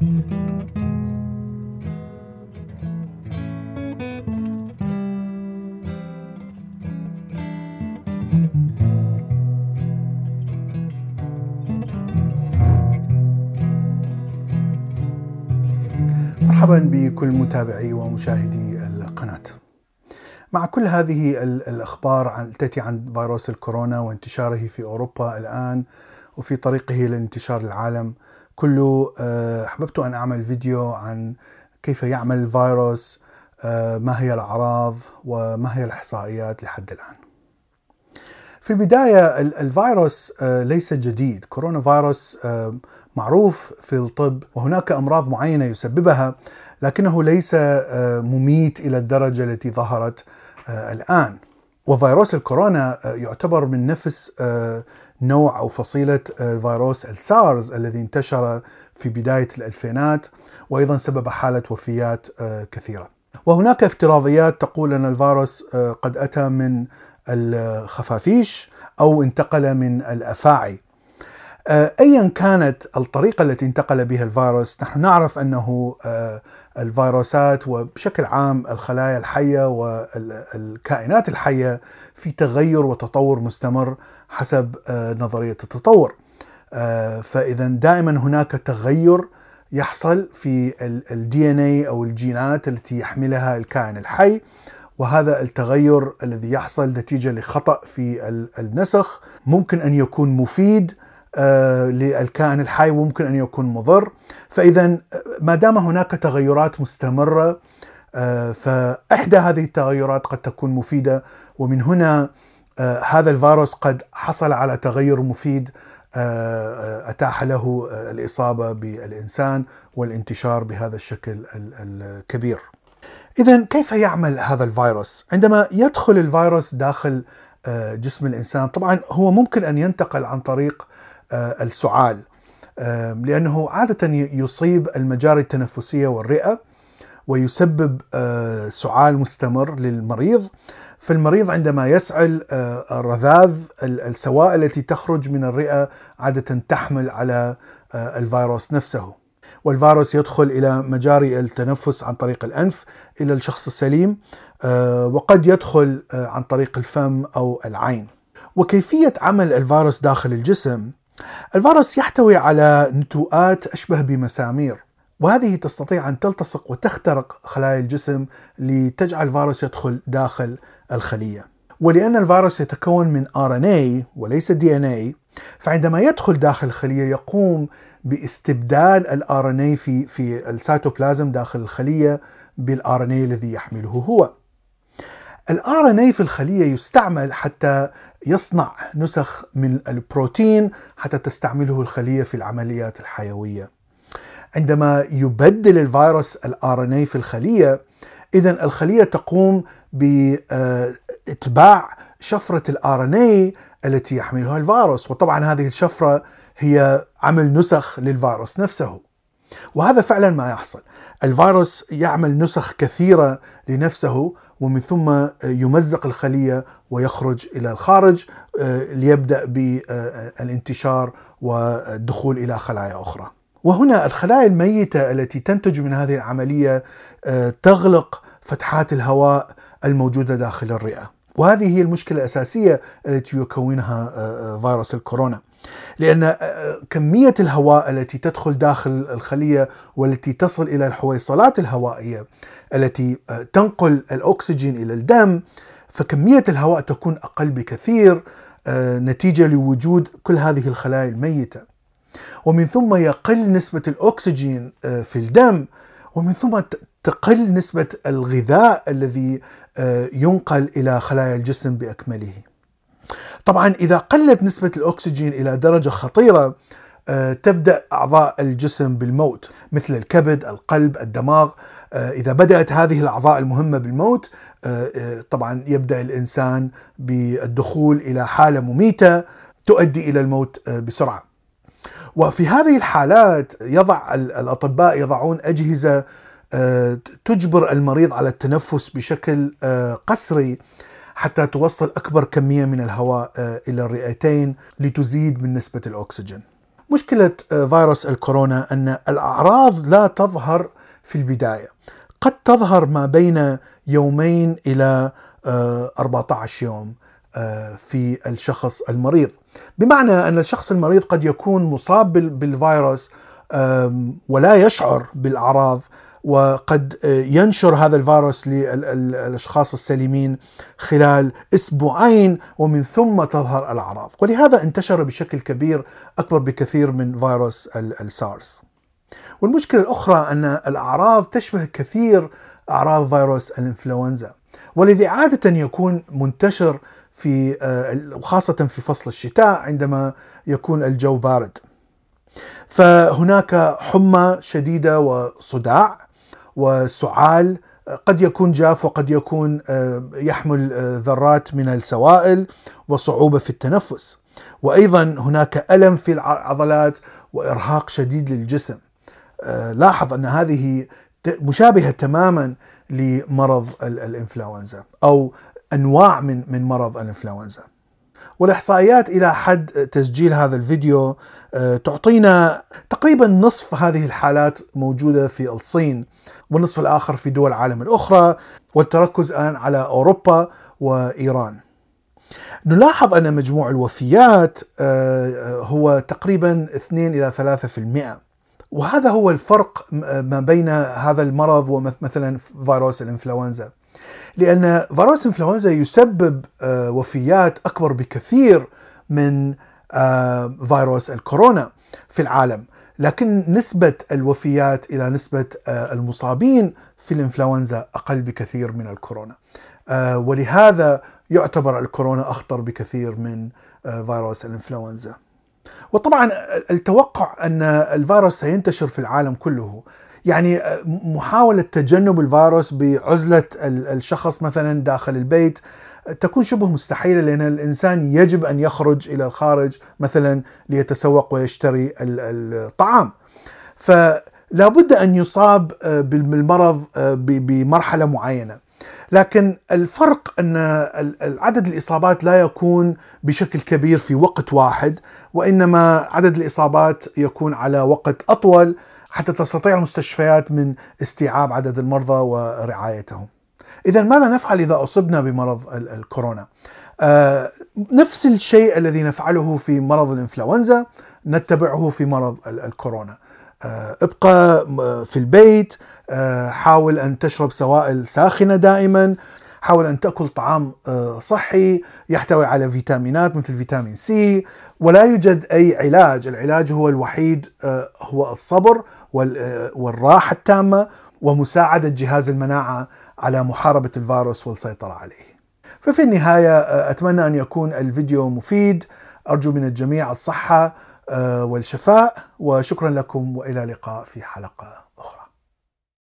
مرحبا بكل متابعي ومشاهدي القناة. مع كل هذه الأخبار التي عن فيروس الكورونا وانتشاره في أوروبا الآن وفي طريقه للانتشار العالم كله، أحببت أن أعمل فيديو عن كيف يعمل الفيروس، ما هي الأعراض وما هي الإحصائيات لحد الآن. في البداية الفيروس ليس جديد. كورونا فيروس معروف في الطب، وهناك أمراض معينة يسببها، لكنه ليس مميت إلى الدرجة التي ظهرت الآن. وفيروس الكورونا يعتبر من نفس نوع أو فصيلة فيروس السارز الذي انتشر في بداية الألفينات، وأيضا سبب حالة وفيات كثيرة. وهناك افتراضيات تقول أن الفيروس قد أتى من الخفافيش أو انتقل من الأفاعي. أيا كانت الطريقة التي انتقل بها الفيروس، نحن نعرف أنه الفيروسات وبشكل عام الخلايا الحية والكائنات الحية في تغير وتطور مستمر حسب نظرية التطور. فإذا دائما هناك تغير يحصل في الDNA أو الجينات التي يحملها الكائن الحي، وهذا التغير الذي يحصل نتيجة لخطأ في النسخ ممكن أن يكون مفيد للكائن الحي وممكن أن يكون مضر. فإذا ما دام هناك تغيرات مستمرة، فإحدى هذه التغيرات قد تكون مفيدة، ومن هنا هذا الفيروس قد حصل على تغير مفيد أتاح له الإصابة بالإنسان والانتشار بهذا الشكل الكبير. إذن كيف يعمل هذا الفيروس؟ عندما يدخل الفيروس داخل جسم الإنسان، طبعا هو ممكن أن ينتقل عن طريق السعال، لأنه عادة يصيب المجاري التنفسية والرئة ويسبب سعال مستمر للمريض. فالمريض عندما يسعل الرذاذ، السوائل التي تخرج من الرئة عادة تحمل على الفيروس نفسه، والفيروس يدخل إلى مجاري التنفس عن طريق الأنف إلى الشخص السليم، وقد يدخل عن طريق الفم أو العين. وكيفية عمل الفيروس داخل الجسم: الفيروس يحتوي على نتوءات أشبه بمسامير، وهذه تستطيع أن تلتصق وتخترق خلايا الجسم لتجعل الفيروس يدخل داخل الخلية. ولأن الفيروس يتكون من RNA وليس DNA، فعندما يدخل داخل الخلية يقوم باستبدال الRNA في السيتوبلازم داخل الخلية بالRNA الذي يحمله هو. الRNA في الخلية يستعمل حتى يصنع نسخ من البروتين حتى تستعمله الخلية في العمليات الحيوية. عندما يبدل الفيروس الRNA في الخلية، إذن الخلية تقوم بإتباع شفرة الRNA التي يحملها الفيروس، وطبعا هذه الشفرة هي عمل نسخ للفيروس نفسه. وهذا فعلا ما يحصل. الفيروس يعمل نسخ كثيرة لنفسه، ومن ثم يمزق الخلية ويخرج إلى الخارج ليبدأ بالانتشار والدخول إلى خلايا أخرى. وهنا الخلايا الميتة التي تنتج من هذه العملية تغلق فتحات الهواء الموجودة داخل الرئة، وهذه هي المشكلة الأساسية التي يكونها فيروس الكورونا، لأن كمية الهواء التي تدخل داخل الخلية والتي تصل إلى الحويصلات الهوائية التي تنقل الأكسجين إلى الدم، فكمية الهواء تكون أقل بكثير نتيجة لوجود كل هذه الخلايا الميتة. ومن ثم يقل نسبة الأكسجين في الدم، ومن ثم تقل نسبة الغذاء الذي ينقل إلى خلايا الجسم بأكمله. طبعا إذا قلت نسبة الأكسجين إلى درجة خطيرة، تبدأ أعضاء الجسم بالموت، مثل الكبد، القلب، الدماغ. إذا بدأت هذه الأعضاء المهمة بالموت، طبعا يبدأ الإنسان بالدخول إلى حالة مميتة تؤدي إلى الموت بسرعة. وفي هذه الحالات الأطباء يضعون أجهزة تجبر المريض على التنفس بشكل قسري حتى توصل أكبر كمية من الهواء إلى الرئتين لتزيد من نسبة الأكسجين. مشكلة فيروس الكورونا أن الأعراض لا تظهر في البداية، قد تظهر ما بين يومين إلى 14 يوم في الشخص المريض، بمعنى أن الشخص المريض قد يكون مصاب بالفيروس ولا يشعر بالأعراض، وقد ينشر هذا الفيروس للأشخاص السليمين خلال أسبوعين ومن ثم تظهر الأعراض، ولهذا انتشر بشكل كبير أكبر بكثير من فيروس السارس. والمشكلة الأخرى أن الأعراض تشبه كثير أعراض فيروس الإنفلونزا، والذي عادة يكون منتشر وخاصة في فصل الشتاء عندما يكون الجو بارد. فهناك حمى شديدة وصداع وسعال، قد يكون جاف وقد يكون يحمل ذرات من السوائل، وصعوبة في التنفس، وأيضا هناك ألم في العضلات وإرهاق شديد للجسم. لاحظ أن هذه مشابهة تماما لمرض الإنفلونزا أو أنواع من مرض الإنفلونزا. والإحصائيات إلى حد تسجيل هذا الفيديو تعطينا تقريبا نصف هذه الحالات موجودة في الصين، والنصف الآخر في دول العالم الأخرى، والتركز الآن على أوروبا وإيران. نلاحظ أن مجموع الوفيات هو تقريبا 2 إلى 3%، وهذا هو الفرق ما بين هذا المرض ومثلا فيروس الإنفلونزا، لأن فيروس الإنفلونزا يسبب وفيات أكبر بكثير من فيروس الكورونا في العالم، لكن نسبة الوفيات إلى نسبة المصابين في الإنفلونزا أقل بكثير من الكورونا، ولهذا يعتبر الكورونا أخطر بكثير من فيروس الإنفلونزا. وطبعا التوقع أن الفيروس سينتشر في العالم كله، يعني محاولة تجنب الفيروس بعزلة الشخص مثلا داخل البيت تكون شبه مستحيلة، لأن الإنسان يجب أن يخرج إلى الخارج مثلا ليتسوق ويشتري الطعام، فلا بد أن يصاب بالمرض بمرحلة معينة. لكن الفرق أن عدد الإصابات لا يكون بشكل كبير في وقت واحد، وإنما عدد الإصابات يكون على وقت أطول حتى تستطيع المستشفيات من استيعاب عدد المرضى ورعايتهم. إذا ماذا نفعل إذا أصبنا بمرض الكورونا؟ نفس الشيء الذي نفعله في مرض الإنفلونزا نتبعه في مرض الكورونا. ابقى في البيت، حاول أن تشرب سوائل ساخنة دائما، حاول أن تأكل طعام صحي يحتوي على فيتامينات مثل فيتامين سي، ولا يوجد أي علاج. العلاج هو الوحيد هو الصبر والراحة التامة ومساعدة جهاز المناعة على محاربة الفيروس والسيطرة عليه. ففي النهاية أتمنى أن يكون الفيديو مفيد، أرجو من الجميع الصحة والشفاء، وشكرا لكم، وإلى اللقاء في حلقة أخرى.